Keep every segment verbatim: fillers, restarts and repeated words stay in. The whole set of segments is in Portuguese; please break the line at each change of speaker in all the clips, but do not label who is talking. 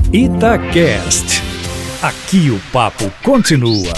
Itacast. Aqui o papo continua.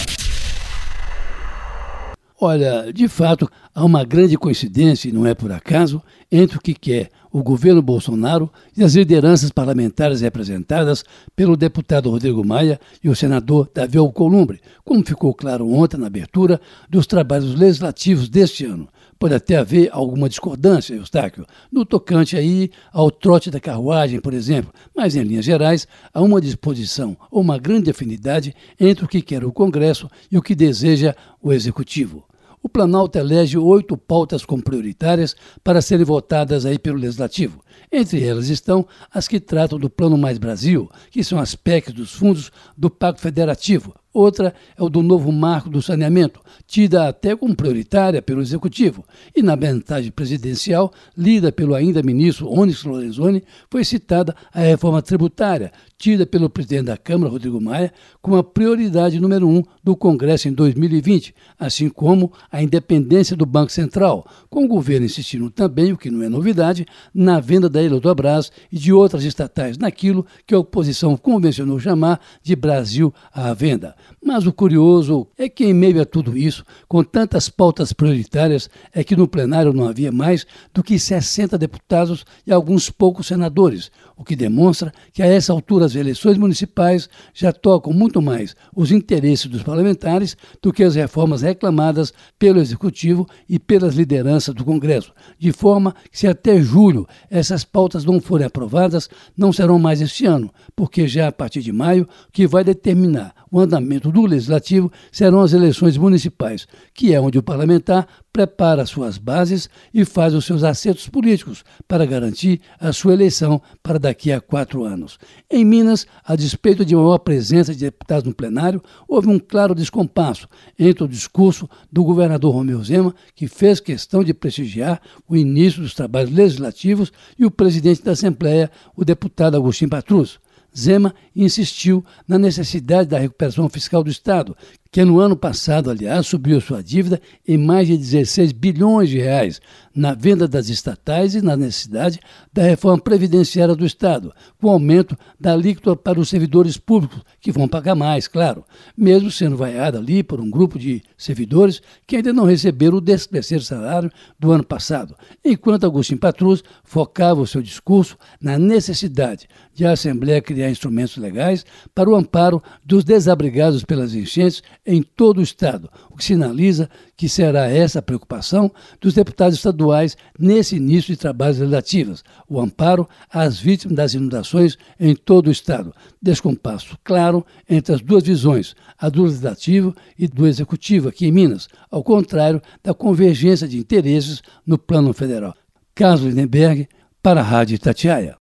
Olha, de fato, há uma grande coincidência, e não é por acaso, entre o que quer o governo Bolsonaro e as lideranças parlamentares representadas pelo deputado Rodrigo Maia e o senador Davi Alcolumbre, como ficou claro ontem na abertura dos trabalhos legislativos deste ano. Pode até haver alguma discordância, Eustáquio, no tocante aí ao trote da carruagem, por exemplo, mas em linhas gerais há uma disposição ou uma grande afinidade entre o que quer o Congresso e o que deseja o Executivo. O Planalto elege oito pautas como prioritárias para serem votadas aí pelo Legislativo. Entre elas estão as que tratam do Plano Mais Brasil, que são as P E Cs dos fundos do Pacto Federativo. Outra é o do novo marco do saneamento, tida até como prioritária pelo Executivo. E na mensagem presidencial, lida pelo ainda ministro Onyx Lorenzoni, foi citada a reforma tributária, tida pelo presidente da Câmara, Rodrigo Maia, como a prioridade número um do Congresso em dois mil e vinte, assim como a independência do Banco Central, com o governo insistindo também, o que não é novidade, na venda da Eletrobras e de outras estatais, naquilo que a oposição convencionou chamar de Brasil à venda. Mas o curioso é que, em meio a tudo isso, com tantas pautas prioritárias, é que no plenário não havia mais do que sessenta deputados e alguns poucos senadores, o que demonstra que, a essa altura, as eleições municipais já tocam muito mais os interesses dos parlamentares do que as reformas reclamadas pelo Executivo e pelas lideranças do Congresso, de forma que, se até julho essas pautas não forem aprovadas, não serão mais este ano, porque já a partir de maio, que vai determinar o andamento do Legislativo serão as eleições municipais, que é onde o parlamentar prepara suas bases e faz os seus acertos políticos para garantir a sua eleição para daqui a quatro anos. Em Minas, a despeito de maior presença de deputados no plenário, houve um claro descompasso entre o discurso do governador Romeu Zema, que fez questão de prestigiar o início dos trabalhos legislativos, e o presidente da Assembleia, o deputado Agostinho Patrus. Zema insistiu na necessidade da recuperação fiscal do Estado, que no ano passado, aliás, subiu sua dívida em mais de dezesseis bilhões de reais, na venda das estatais e na necessidade da reforma previdenciária do Estado, com o aumento da alíquota para os servidores públicos, que vão pagar mais, claro, mesmo sendo vaiada ali por um grupo de servidores que ainda não receberam o décimo terceiro salário do ano passado, enquanto Agostinho Patrus focava o seu discurso na necessidade de a Assembleia criar instrumentos legais para o amparo dos desabrigados pelas enchentes em todo o Estado, o que sinaliza que será essa a preocupação dos deputados estaduais nesse início de trabalhos legislativos, o amparo às vítimas das inundações em todo o Estado. Descompasso claro entre as duas visões, a do Legislativo e do Executivo aqui em Minas, ao contrário da convergência de interesses no plano federal. Carlos Lindenberg, para a Rádio Itatiaia.